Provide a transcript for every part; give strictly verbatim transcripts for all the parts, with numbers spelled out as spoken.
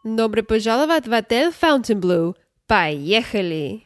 Добро пожаловать в отель Fontainebleau. Поехали!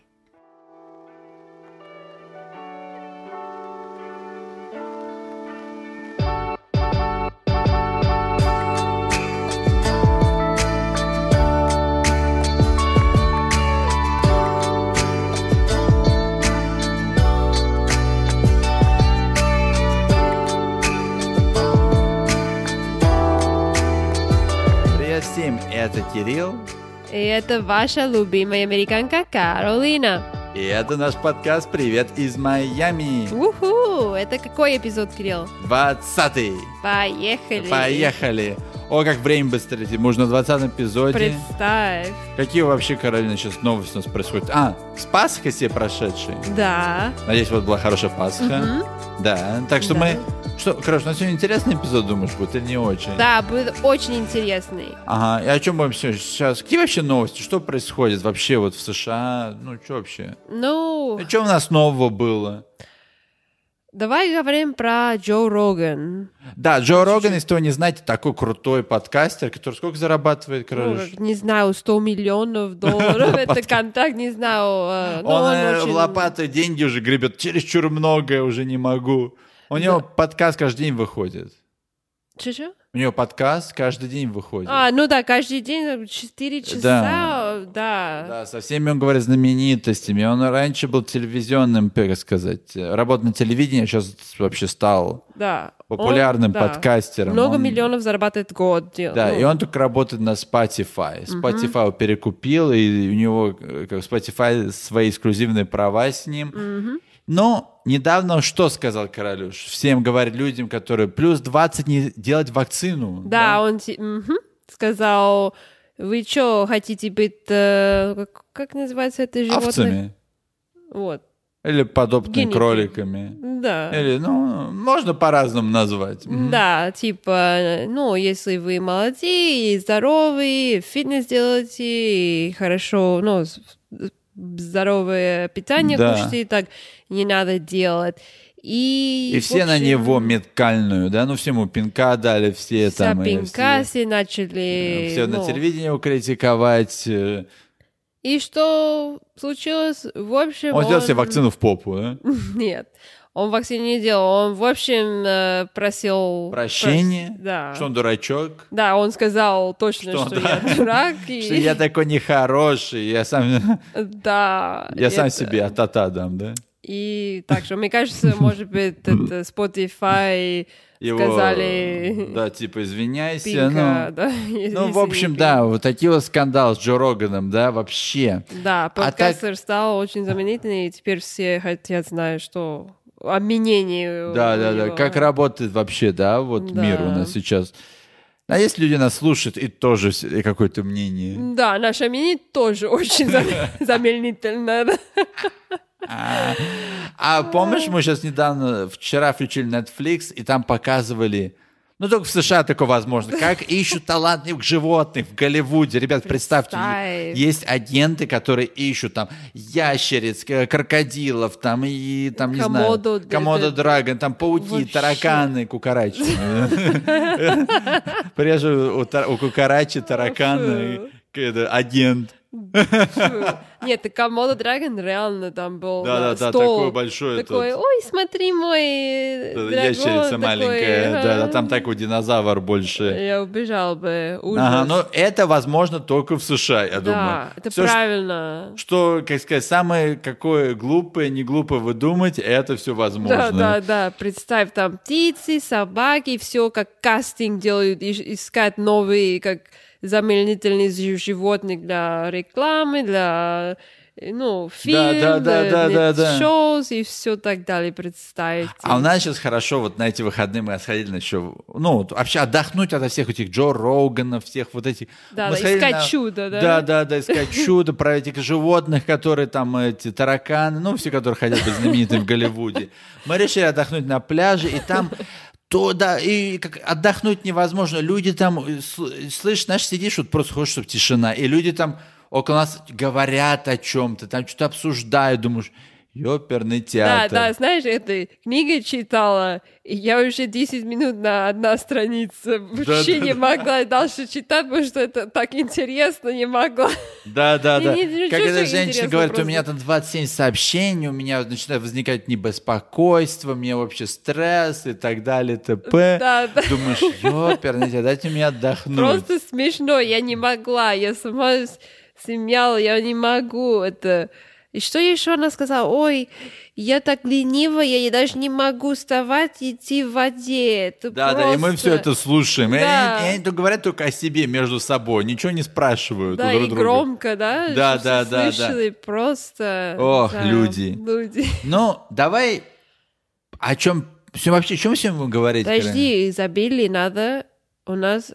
Всем, это Кирилл. И это ваша любимая американка Каролина. И это наш подкаст «Привет из Майами». Уху! Это какой эпизод, Кирилл? Двадцатый. Поехали! Поехали! О, как время быстро летит. Мы уже на двадцатом эпизоде. Представь. Какие вообще, Каролина, сейчас новости у нас происходят? А, с Пасхой все прошедшие. Да. Надеюсь, вот была хорошая Пасха. Угу. Да, так что да. мы... Что, короче, у нас сегодня интересный эпизод, думаешь, будет или не очень? Да, будет очень интересный. Ага, и о чем будем сейчас? Какие вообще новости? Что происходит вообще вот в США? Ну, что вообще? Ну... Что у нас нового было? Давай говорим про Джо Роган. Да, Джо Роган, если вы не знаете, такой крутой подкастер, который сколько зарабатывает, короче? Ну, не знаю, сто миллионов долларов, это контакт, не знаю. Он в лопату деньги уже гребет, чересчур много, уже не могу. У него подкаст каждый день выходит. Че-че? У него подкаст каждый день выходит. А, ну да, каждый день четыре часа, да. Да, да, со всеми, он говорит, знаменитостями. Он раньше был телевизионным, как сказать, работал на телевидении, а сейчас вообще стал да. популярным он, подкастером. Много он... миллионов зарабатывает в год. Да, ну. И он только работает на Spotify. Spotify uh-huh. его перекупил, и у него как Spotify свои эксклюзивные права с ним. Uh-huh. Но недавно что сказал Королюш? Всем говорит людям, которые плюс двадцать не делать вакцину. Да, да? он угу, сказал, вы что, хотите быть, э, как, как называется это животное? Овцами. Вот. Или подопытными Геники. Кроликами. Да. Или, ну, можно по-разному назвать. Да, типа, ну, если вы молодые и здоровые, фитнес делаете, и хорошо, ну, здоровое питание да. кушайте, так не надо делать. И, и все общем, на него меткальную, да, ну всему пинка дали, все вся там. пинка, все, все начали... Все ну, на телевидении его критиковать. И что случилось? В общем, он... Он сделал себе вакцину в попу, да? Нет. Он вакцину не делал, он, в общем, просил... Прощения? Прос... Да. Что он дурачок? Да, он сказал точно, что, что да. я дурак. И... Что я такой нехороший, я сам... Да. Я сам это... себе а-та-та дам, да? И так что, мне кажется, может быть, это Spotify его, сказали... Да, типа, извиняйся. Пинка, ну, да, ну, в общем, да, вот такие вот скандалы с Джо Роганом, да, вообще. Да, подкастер а так... стал очень знаменитый, и теперь все хотят знать, что... о мнении. Да, да, да. Как работает вообще, да, вот да. мир у нас сейчас. А если люди нас слушают и тоже и какое-то мнение? Да, наше мнение тоже очень заменительное. А, а помнишь, мы сейчас недавно, вчера включили Netflix, и там показывали... Ну, только в США такое возможно. Как ищут талантливых животных в Голливуде. Ребят, представьте, Представь. Есть агенты, которые ищут там ящериц, крокодилов, там, и там, не Комодо, знаю, комодо драгон, там пауки, вообще. Тараканы, кукарачи. Прежде у кукарачи, тараканы, агент. Нет, Комодо Драгон реально там был да, да, да, стол. такой большой. Такой, этот... ой, смотри, мой дракон. Ящерица такой, маленькая, ага. да, а там такой динозавр больше. Я убежал бы, ужас. Ага, но это возможно только в США, я да, думаю. Да, это все, правильно. Что, как сказать, самое какое глупое, не глупое вы думаете, это все возможно. Да, да, да, представь, там птицы, собаки, все как кастинг делают, искать новые, как... заменительные животных для рекламы, для ну, фильм, да, да, да, да, да, шоу и все так далее, представьте. А у нас сейчас хорошо, вот на эти выходные мы сходили на еще, ну, вообще отдохнуть от всех этих Джо Роганов, всех вот этих. Да, мы да, искать на... чудо, да? Да, да, да, искать чудо, про этих животных, которые там, эти тараканы, ну, все, которые хотят быть знаменитыми в Голливуде. Мы решили отдохнуть на пляже, и там... То, да, и как отдохнуть невозможно. Люди там, слышишь, знаешь, сидишь, вот просто хочешь, чтобы тишина, и люди там около нас говорят о чем-то, там что-то обсуждают, думаешь, Ёперный Да, театр. да, знаешь, эта книга читала, и я уже десять минут на одна страница вообще да, не да. могла дальше читать, потому что это так интересно, не могла. Да, да, да. Не, не, не, Как чё эта так женщина интересно говорит, у просто? меня там двадцать семь сообщений, у меня начинает возникать небеспокойство, мне вообще стресс и так далее, т.п. Да, да. Думаешь, ёперный театр, дайте мне отдохнуть. Просто смешно, я не могла, я сама с- смеяла, я не могу это... И что еще она сказала? Ой, я так ленивая, я даже не могу вставать и идти в воде. Это Да, да, и мы просто- все это слушаем. И Да. они, и они то говорят только о себе между собой, ничего не спрашивают Да, у друг и друга. громко, да? Да, Чтоб да, все да, да. слышали, просто... Ох, да, люди. люди. Ну, давай, о чем, вообще, о чем сегодня будем говорить? Каролина? Подожди, забили надо, у нас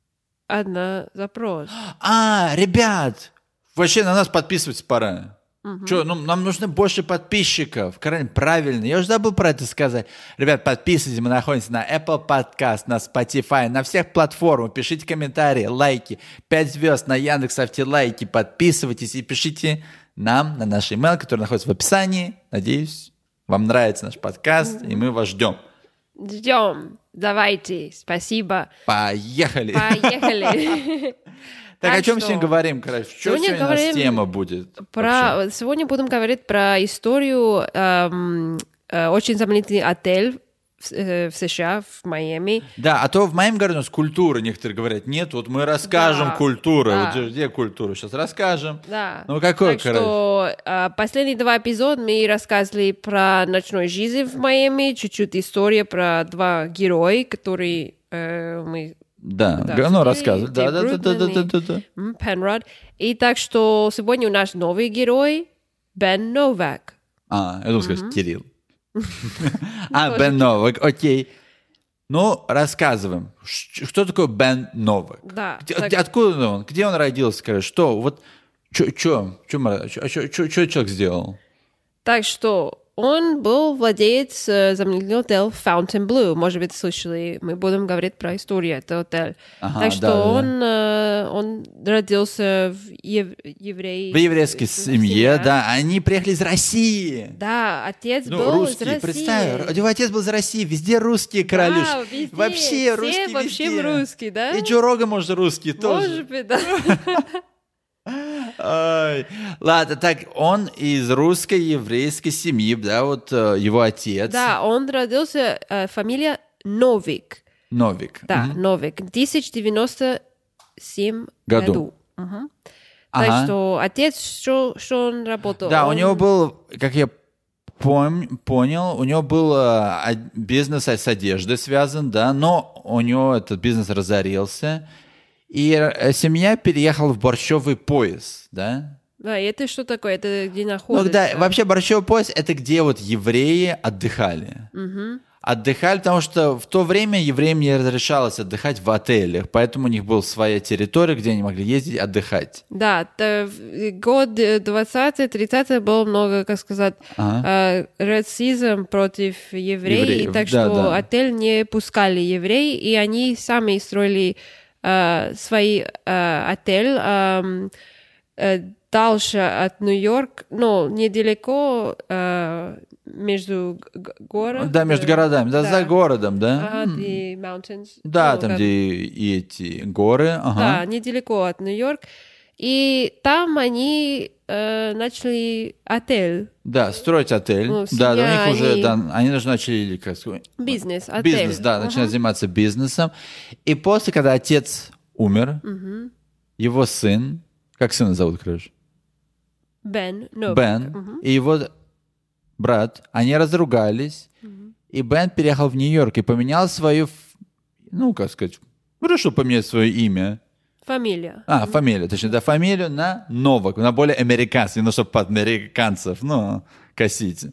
одна запрос. А, ребят, вообще на нас подписываться пора. Что, ну, нам нужно больше подписчиков. Каролина, правильно. Я уже забыл про это сказать. Ребят, подписывайтесь. Мы находимся на Apple Podcast, на Spotify, на всех платформах. Пишите комментарии, лайки. Пять звезд на Яндекс. Ставьте лайки, подписывайтесь и пишите нам на наш email, который находится в описании. Надеюсь, вам нравится наш подкаст, и мы вас ждем. Ждем. Давайте. Спасибо. Поехали. Поехали. Так, Так о чем что, сегодня говорим, короче? Что сегодня сегодня у нас говорим тема будет? вообще? Про... Сегодня будем говорить про историю эм, э, очень знаменитый отель в, э, в США, в Майами. Да, а то в моем городе у нас культура, некоторые говорят, нет, вот мы расскажем Да, культуру. да. Вот где культура? Сейчас расскажем. Да. Ну, какой, так что э, последние два эпизода мы рассказывали про ночную жизнь в Майами, чуть-чуть история про два героя, которые э, мы Да, Да, г- ну, смотрели, рассказывай. Да, Дэйв да, да, да, да, да, да, да. М, Пенрод. И так что сегодня у нас новый герой Бен Новак. А, я думал сказать, Кирилл. А, Бен Новак, окей. Ну, рассказываем. Ш- Что такое Бен Новак? Да. Где- так- где- Откуда он? Где он родился? Скажи, что? Вот, что человек сделал? Так что он был владелец э, знаменитого отеля Fontainebleau. Может быть, слышали, мы будем говорить про историю этого отеля. Ага, так что да, да, да. он, э, он родился в ев- еврей... В еврейской в семье, да. Они приехали из России. Да, отец Ну, был из русские, России. представь, его отец был из России, везде русские королюшки. Да, везде. Вообще Все русские вообще везде. русские, да? И Джо Роган, может, русский тоже. Может быть, да. Ай. Ладно, так он из русской еврейской семьи, да, вот э, его отец. Да, он родился, э, фамилия Новик. Новик. Да, Мгм. Новик. В тысяча девятьсот девяносто седьмом Году. году. Мгм. Ага. Так что отец, что, что он работал? Да, у Он- него был, как я пом- понял, у него был э, од- бизнес с одеждой связан, да, но у него этот бизнес разорился, и э, семья переехала в Борщевый пояс, да. Да, и это что такое? Это где Ну, находится? да, вообще Борщевый пояс — это где вот евреи отдыхали. Мгм. Отдыхали, потому что в то время евреям не разрешалось отдыхать в отелях, поэтому у них была своя территория, где они могли ездить отдыхать. Да, т- в год двадцатый-тридцатый было много, как сказать, Ага. э, расизм против евреев, Евреев, и так да, что да. отель не пускали евреи, и они сами строили э, свой э, отель эм, э, дальше от Нью-Йорка, ну, недалеко э, между г- городом. Да, между городами, да, за городом, да. Ага, М. the mountains. Да, Ну, там, как- где и эти горы. Ага. Да, недалеко от Нью-Йорка. И там они э, начали отель, Да, строить отель. Ну, да, да, у семья, них уже, они- да, они даже начали, как сказать, бизнес, отель. бизнес, да, Ага. начинают заниматься бизнесом. И после, когда отец умер, Мгм. его сын, как сына зовут, Крыш? Бен, ну, Бен, мгм. и его брат, они разругались, и Бен переехал в Нью-Йорк и поменял свою, ф- ну, как сказать, решил поменять свое имя. Фамилия. А, фамилию, точнее, да, фамилию на Новак, на более американский, ну, чтобы под американцев, ну, косить.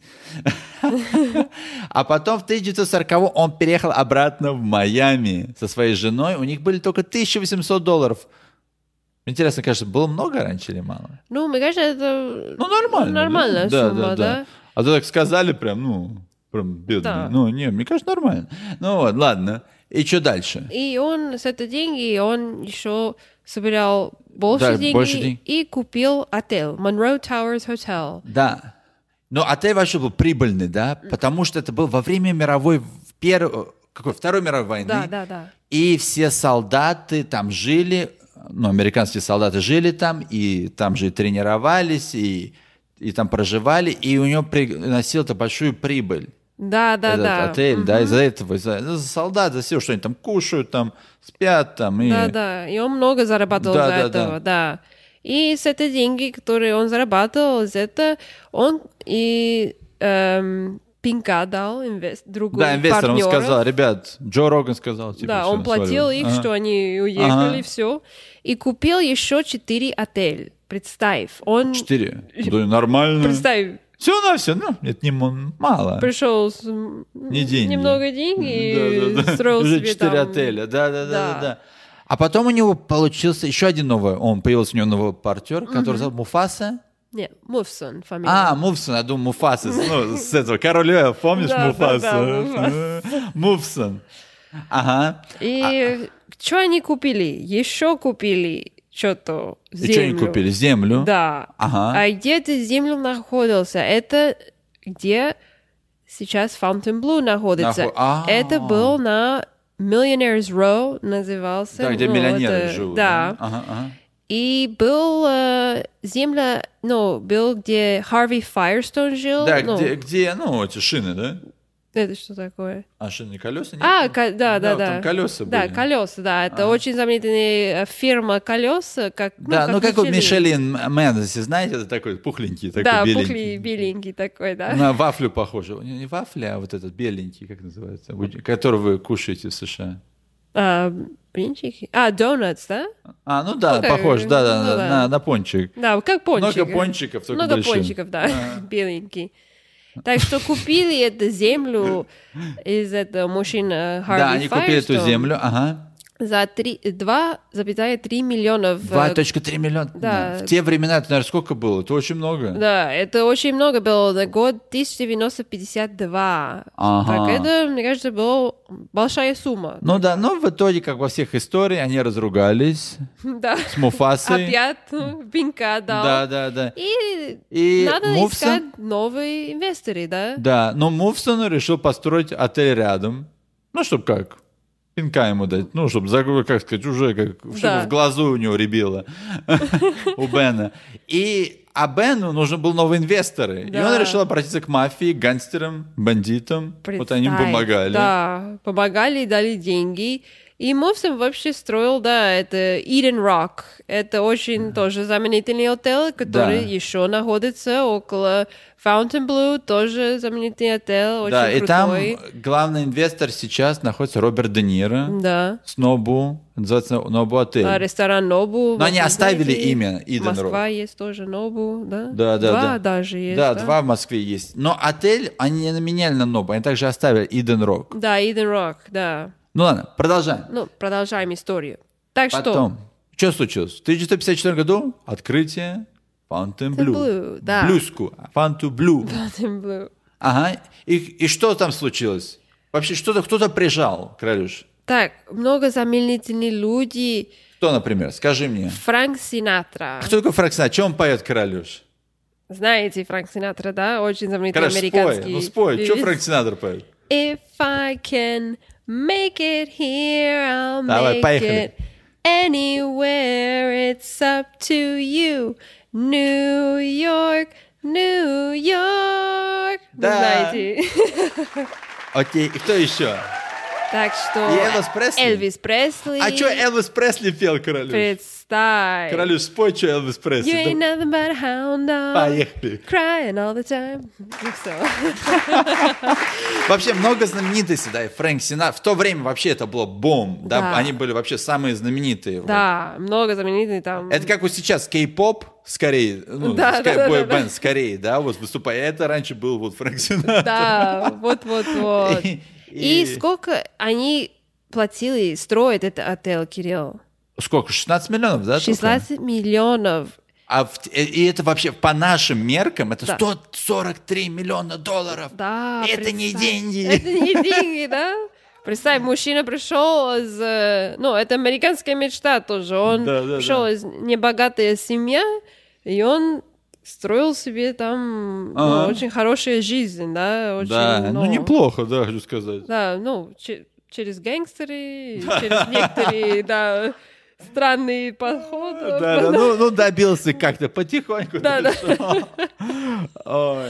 А потом в тысяча девятьсот сороковом он переехал обратно в Майами со своей женой. У них были только тысяча восемьсот долларов. Интересно, конечно, было много раньше или мало? Ну, мне кажется, это Ну, нормально. нормальная да? сумма, да, да. А то так сказали прям, ну, прям бедный. Да. Ну, не, мне кажется, нормально. Ну вот, ладно. И что дальше? И он с этой деньги, он еще собирал больше Да, денег больше денег. и купил отель, Monroe Towers Hotel. Да. Но отель вообще был прибыльный, да, потому что это был во время мировой, первой, какой, Второй мировой войны. Да, да, да. И все солдаты там жили, ну, американские солдаты жили там, и там же и тренировались, и, и там проживали, и у него приносил это большую прибыль. Да, да, Этот да. отель, Мгм. да, из-за этого, из-за, за солдат, за все, что они там кушают, там спят, там. И... Да, да. И он много зарабатывал Да, за да, этого, да. И с этой деньги, которые он зарабатывал, из этого он и эм, пинка дал инвест, другу Да, инвестор, он партнеров. сказал, ребят, Джо Роган сказал, типа, Да, всё, он платил сваливай. их, Ага. что они уехали, Ага. все. И купил еще четыре отеля. Представь, он... Четыре. Да, нормально. Представь, Все на все, ну, это не м- мало. пришел с Не деньги. немного денег и Да, да, да. строил Уже себе четыре там... отеля, да, да, да, Да. да, да. А потом у него получился еще один новый, он появился у него новый партнер, который зовут Муфаса. Нет, Мувсон фамилия. А, Мувсон, я думаю, Муфаса, ну, с этого, Король Лев, помнишь, Да, да, Муфаса? да, Муфаса. Мувсон. Ага. И что они купили? Еще купили что-то И землю. что они купили? Землю? Да. Ага. А где эта земля находился? Это где сейчас Fontainebleau находится. Нахо- А. Это был на Millionaires Row, назывался. Да, где Ну, миллионеры это- живут. Да. Ага, ага. И был э, земля, ну, был, где Харви Файерстоун жил. Да, ну, где, где, ну, эти шины, да? Это что такое? А шины, колеса? Нет? А, ко- да, да, да. Там колеса Да, были. колеса, да. Это А. очень знаменитая э, фирма колеса, как, Да, ну как вот Мишелин. Мишелин Мендес, знаете, это такой пухленький, такой Да, беленький. пухли, беленький такой, да. На вафлю похоже. Не, не вафля, а вот этот беленький, как называется, который вы кушаете в США. А, блинчики? А, донатс, да? А, ну да, Ну, как- похож, да, да, ну на, да. на- на пончик. Да, как пончик. Много пончиков, только Много большие. пончиков, да, беленький. Так что купили эту землю из этого мужчины Харви Да, они купили эту Файерстоун землю, ага. за два целых три миллиона. в- два целых три миллиона. да. В те времена, это, наверное, сколько было? Это очень много. Да, это очень много было на год тысяча девятьсот пятьдесят два. Ага. Так это, мне кажется, была большая сумма. Ну да, но в итоге, как во всех историях, они разругались Да. с Муфасой. Опять пинка дал. Да, да, да. И, И надо Мувсон- искать новые инвесторы, да? Да, но Мувсон решил построить отель рядом. Ну, чтобы как? Пинка ему дать. Ну, чтобы, как сказать, уже как, чтобы Да. в глазу у него рябило. У Бена. И, а Бену нужны были новые инвесторы. И Да. он решил обратиться к мафии, к гангстерам, бандитам. Вот они ему Представь, помогали. Да, помогали, дали деньги. И Мувсон вообще строил, да, это Eden Rock. Это очень тоже знаменитый отель, который Да. еще находится около Fontainebleau, тоже знаменитый отель, очень Да, и там крутой. главный инвестор сейчас находится Роберт Де Ниро Да. с Нобу, называется Нобу отель. А ресторан Нобу. Но они вы оставили знаете, имя Eden Москва есть тоже Нобу, да? Да, да, Два да. даже есть. Да, Да, два в Москве есть. Но отель они не меняли на Нобу, они также оставили Иден Рок. Да, Eden Rock, да. Ну ладно, продолжаем. Ну, продолжаем историю. Так что, Потом, что случилось? В тысяча девятьсот пятьдесят четвёртом году открытие Fontainebleau. Fontainebleau, да. Блюску. Fontainebleau. Fontainebleau. Ага. И, и что там случилось? Вообще, что-то кто-то прижал, Кралюш. Так, много знаменитых людей. Кто, например? Скажи мне. Фрэнк Синатра. Кто такой Фрэнк Синатра? Чем он поет, Кралюш? Знаете Фрэнк Синатра, да? Очень знаменитый Кралюш, американский. спой. Ну спой. Что певец. Фрэнк Синатра поет? If I can make it here, I'll Давай, make поехали. it anywhere. It's up to you. New York, New York. Вы Да. знаете. Окей. И кто еще? Так что... И Элвис Пресли? Элвис Пресли. А что Элвис Пресли пел, Кралюш? Представь. Кралюш, спой, что Элвис You Пресли. ain't Да- nothing but a hound dog. Поехали. Crying all the time. Ну всё. Вообще много знаменитостей, да, и Фрэнк Синатра. В то время вообще это было бом, да, Да. они были вообще самые знаменитые. Вот. Да, много знаменитых там. Это как вот сейчас кей-поп, скорее, ну, Да, ска- да, да, бой-бенд, да, да. скорее, да, вот выступая. Это раньше был вот Фрэнк Синатра. Да, вот-вот-вот. И- И и- сколько они платили строить этот отель, Кирилл? Сколько, шестнадцать миллионов, да? только? шестнадцать миллионов. А в- и это вообще по нашим меркам, это Да. сто сорок три миллиона долларов. Да, Это не представь. деньги. Это не деньги, да? Представь, мужчина пришел из... э, Ну, это американская мечта тоже. Он Да, да, пришел да. из небогатая семья, и он строил себе там Ага. ну, очень хорошая жизнь, да, очень, Да, ну ну, неплохо, да, хочу сказать. Да, ну, че- через гангстеры, через некоторые, да, странные подходы. Да, да, ну, ну добился как-то потихоньку. Да, да. дошел. Ой.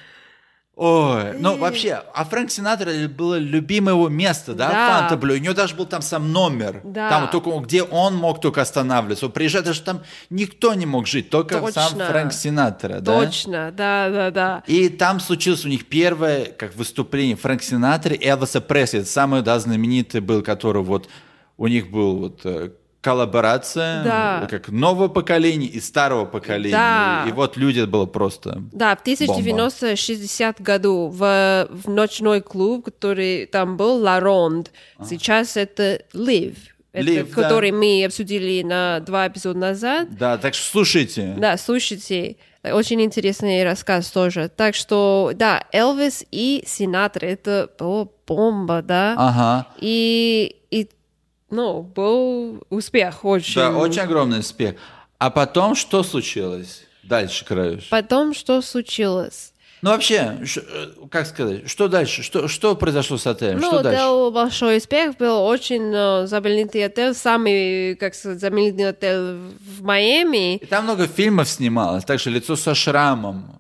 Ой, ну И- вообще, а Фрэнк Синатра было любимое его место, да, Да. Фонтебло. У него даже был там сам номер, Да. там только где он мог только останавливаться. Он приезжает, даже там никто не мог жить, только сам Точно. Фрэнк Синатра, да? Точно, да, да, да. И там случилось у них первое, как выступление Фрэнк Синатра и Элвиса Пресли. Это самый, да, знаменитый был, который вот у них был вот э, коллаборация, Да. как нового поколения и старого поколения. Да. И вот люди было просто... Да, в тысяча девятьсот шестидесятом году в, в ночной клуб, который там был, La Ronde, сейчас это Live, это, Live, да. который мы обсудили на два эпизода назад. Да, так что слушайте. Да, слушайте, очень интересный рассказ тоже. Так что, да, Элвис и Синатра, это была бомба, да. Ага. И, и, ну, был успех очень. Да, очень огромный успех. А потом что случилось? Дальше, Краюш. Потом что случилось? Ну вообще, ш- э, как сказать, что дальше? Что, что произошло с отелем? Ну, что дальше? был большой успех, был очень э, знаменитый отель, самый, как сказать, знаменитый отель в Майами. И там много фильмов снималось, также «Лицо со шрамом»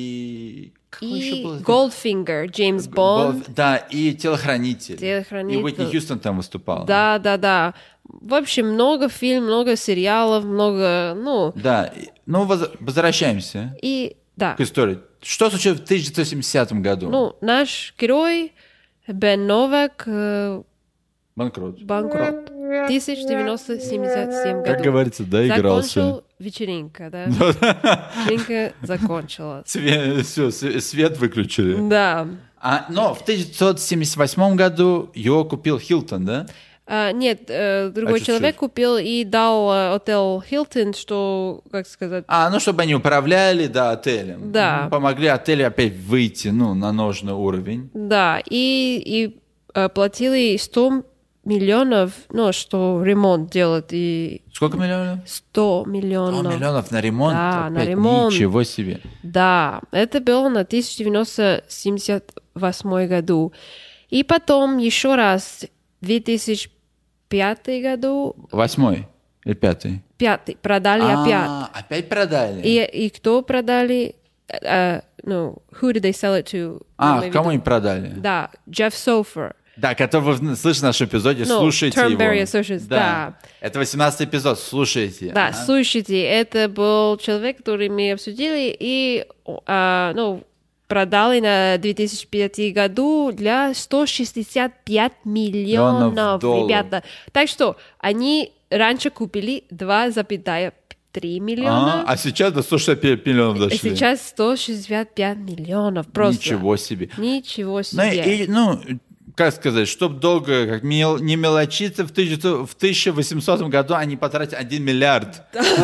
и... Какой еще И был? Goldfinger, Джеймс Бонд. Да, и «Телохранитель». «Телохранитель». И Уитни Хьюстон там выступала. Да, да, да. В общем, много фильмов, много сериалов, много, ну, Да, и- ну воз- возвращаемся и, да. к истории. Что случилось в тысяча девятьсот семидесятом году? Ну, наш герой Бен Новак э, Банкрот. банкрот. В тысяча девятьсот семьдесят седьмом году. Как говорится, доигрался. Закончил вечеринка, да? Вечеринка закончилась. Све- всё, све- свет выключили. Да. А, но в тысяча девятьсот семьдесят восьмом году его купил Хилтон, да? А, нет, э, другой А человек чуть-чуть. купил и дал э, отель Хилтон, что, как сказать, А, ну, чтобы они управляли, да, отелем. Да. Ну, помогли отелю опять выйти, ну, на нужный уровень. да, и, и э, платили сто миллионов, ну, что ремонт делать, и Сколько миллионов? сто сто миллионов. миллионов на ремонт? Да, Опять на ремонт. Ничего себе. Да, это было на тысяча девятьсот семьдесят восьмом году. И потом еще раз в две тысячи пятом году, Восьмой или пятый? пятый, продали опять. А, опять продали? И, и кто продали? Э, ну, who did they sell it to? А, Имею в кому виду. они продали? Да, Джефф Софер. Да, который вы слышите в нашем эпизоде, Ну, слушайте его. Turnberry Associates, да. Это восемнадцатый эпизод, слушайте. Да, Ага. слушайте, это был человек, который мы обсудили, и, а, ну, продали на две тысячи пятом году для сто шестьдесят пять Миллионов миллионов, долларов. ребята. Так что они раньше купили два целых три миллиона, А, а сейчас до сто шестьдесят пять миллионов и дошли. сейчас сто шестьдесят пять миллионов. Просто. Ничего себе. Ничего Ну, себе. и, ну, как сказать, чтобы долго как, мел- не мелочиться, в, тысяча- в тысяча восемьсотом году они потратили один миллиард.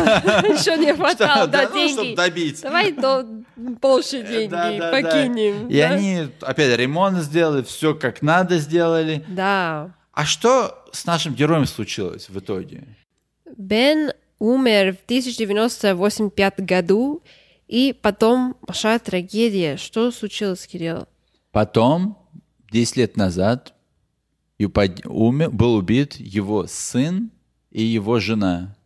Еще не хватало, да, Да, ну, чтобы деньги. добить. Давай то больше деньги Да, да, да. покинем. И да? они опять ремонт сделали, все как надо сделали. Да. А что с нашим героем случилось в итоге? Бен умер в тысяча девятьсот восемьдесят пятом году, и потом большая трагедия. Что случилось, Кирилл? Потом, десять лет назад, и упад- умер, был убит его сын и его жена.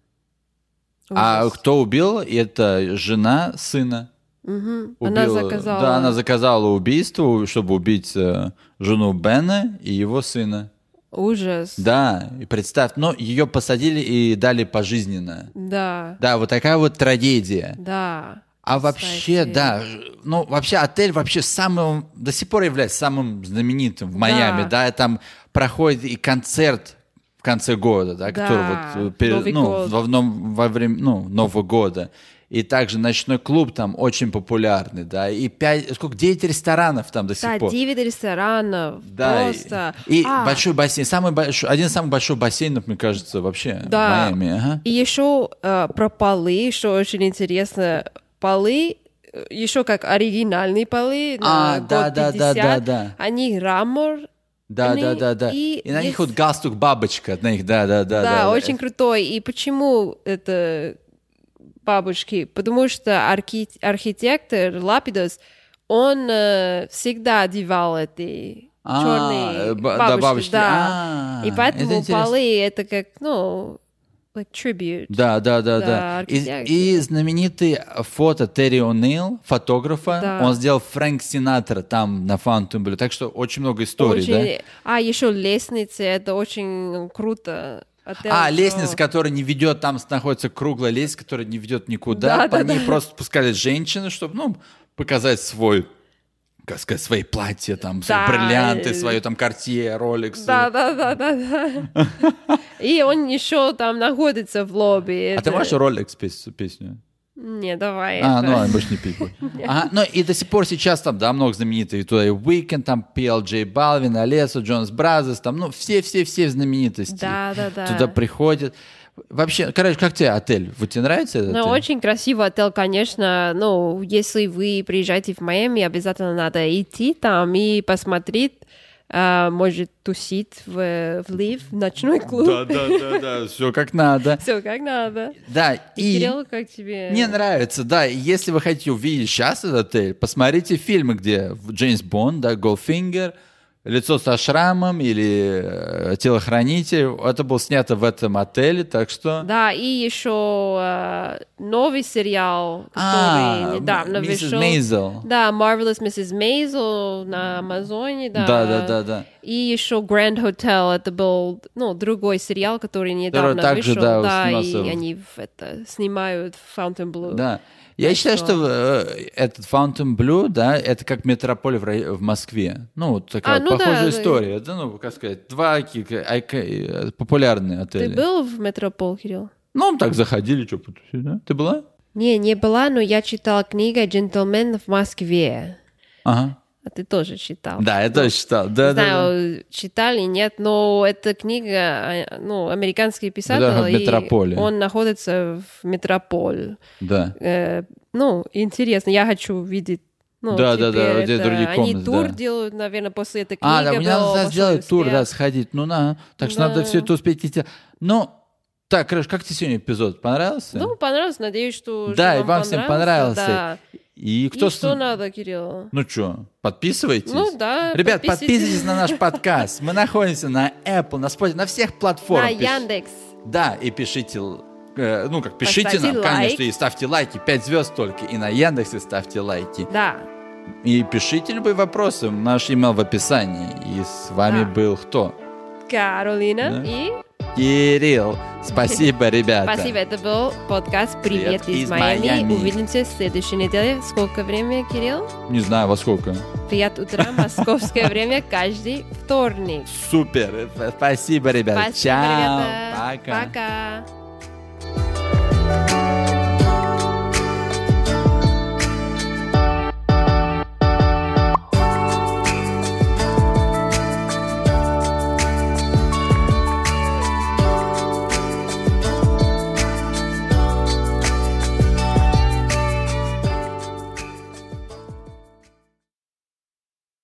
А Ужас. кто убил? Это жена сына. Мгм. Убила- Она заказала. Да, она заказала убийство, чтобы убить э, жену Бена и его сына. Ужас. Да, и представь, но ее посадили и дали пожизненно. Да. Да, вот такая вот трагедия. Да. А вообще, Кстати. да, ж- ну вообще отель вообще самым, до сих пор является самым знаменитым в Майами, Да. да, и там проходит и концерт в конце года, да, Да, который вот э, перед- Новый ну, год. во, вном- во время ну, Нового года. И также ночной клуб там очень популярный, да, и пять, сколько, девять ресторанов там до сих Да, пор. девять ресторанов. Да, и- Просто. и, А, большой бассейн, самый большой, один из самых больших бассейнов, мне кажется, вообще Да. в Майами. Ага. И еще э, про полы, что очень интересно. Полы, э, еще как оригинальные полы, на А, год да, да, да, пятьдесят, да, да. они рамор. Да, Они- да, да, да. и И, на них есть- вот галстук бабочка, на них, да, да, да. Да, очень крутой. И почему это бабушки, потому что архи- архитектор Лапидос, он э, всегда одевал эти А, черные б- да, бабушки. бабочки. Да. А, И это поэтому интересно. полы это как, ну, like tribute. Да, да, да, Да, да. И, архитектор. и знаменитый фото Терри О'Нил, фотографа, Да. он сделал Фрэнк Синатра там на Фонтенблю. Так что очень много историй, Очень- А, еще лестницы, это очень круто. Отель, да? А, что- лестница, которая не ведет, там находится круглая лестница, которая не ведет никуда. Да, По да, ней да. просто спускались женщины, чтобы, ну, показать свой, как сказать, свои платья, там, свои Да. бриллианты, свое там Cartier, Rolex. Да, да, да, да, да. И он еще там находится в лобби. А ты можешь Rolex петь песню? Не, давай. А, это- ну ладно, больше не петь. буду. Ага, ну и до сих пор сейчас там, да, много знаменитых. Туда и Weeknd, там пи эл джей Balvin, Алесо, Джонас Бразерс, там, ну, все-все-все знаменитости. Да, да, да. Туда приходят. Вообще, короче, как тебе отель? Вот тебе нравится этот Ну, отель? очень красивый отель, конечно. Ну, если вы приезжаете в Майами, обязательно надо идти там и посмотреть. А, может, тусить в, в Лив, в ночной клуб. Да, да, да, да, все как надо. Все как надо. Да, И, и Кирилл, как тебе? мне нравится, да. И если вы хотите увидеть сейчас этот отель, посмотрите фильмы, где Джеймс Бонд, да, Goldfinger, «Лицо со шрамом» или э, «Телохранитель». Это было снято в этом отеле, так что... Да, и еще э, новый сериал, который А, недавно миссис вышел. Мейзел. Да, Marvelous миссис Мейзел на Амазоне, да. Да, да, да, да. И еще Grand Hotel, это был, ну, другой сериал, который недавно также, вышел. да, да, снимался и в- они в это, снимают Fontainebleau. Да. Я считаю, что- что э, этот Fontainebleau, да, это как метрополь в, Ро- в Москве. Ну, вот такая А, ну похожая да, да. история. Это, ну, как сказать, два ки- айка- э, популярные Ты отели. был в Метропол, Кирилл? Ну, так заходили, что потусить, да? Ты была? Не, не была, но я читала книгу «Джентльмен в Москве». Ага. А ты тоже читал? Да, я тоже читал. Да, Не да, да. знаю, читали, нет, но эта книга, а, ну, американский писатель, Да, в и Метрополе. он находится в Метрополь. Да. Э, ну, интересно, я хочу видеть. Ну, Да, да, да, теперь где это- другие Они комнаты, тур да. делают, наверное, после этой книги. А, да, мне надо был да, большой сделать тур, успех. да, сходить. Ну, на. Так что Да. надо все это успеть идти. Ну, так, Крыш, как тебе сегодня эпизод? Понравился? Ну, понравилось, надеюсь, что, Да, что и вам всем понравился. Да. И кто... И с- что надо, Кирилл? Ну что, подписывайтесь? Ну да, Ребят, подписывайтесь. подписывайтесь на наш подкаст. Мы находимся на Apple, на Spotify, на всех На платформах. Пиш- Яндекс. Да, и пишите, э, ну как, пишите Поставьте нам, лайк. конечно, и ставьте лайки, пять звезд только, и на Яндексе ставьте лайки. Да. И пишите любые вопросы, наш email в описании. И с вами Да. был кто? Каролина Да. и... Кирилл. Спасибо, ребята. Спасибо, это был подкаст «Привет, Привет из, из Майами». Майами. Увидимся в следующей неделе. Сколько времени, Кирилл? Не знаю, во сколько. Пять утра, московское время, каждый вторник. Супер. Спасибо, ребята. Спасибо, Чао. ребята. Пока. Пока.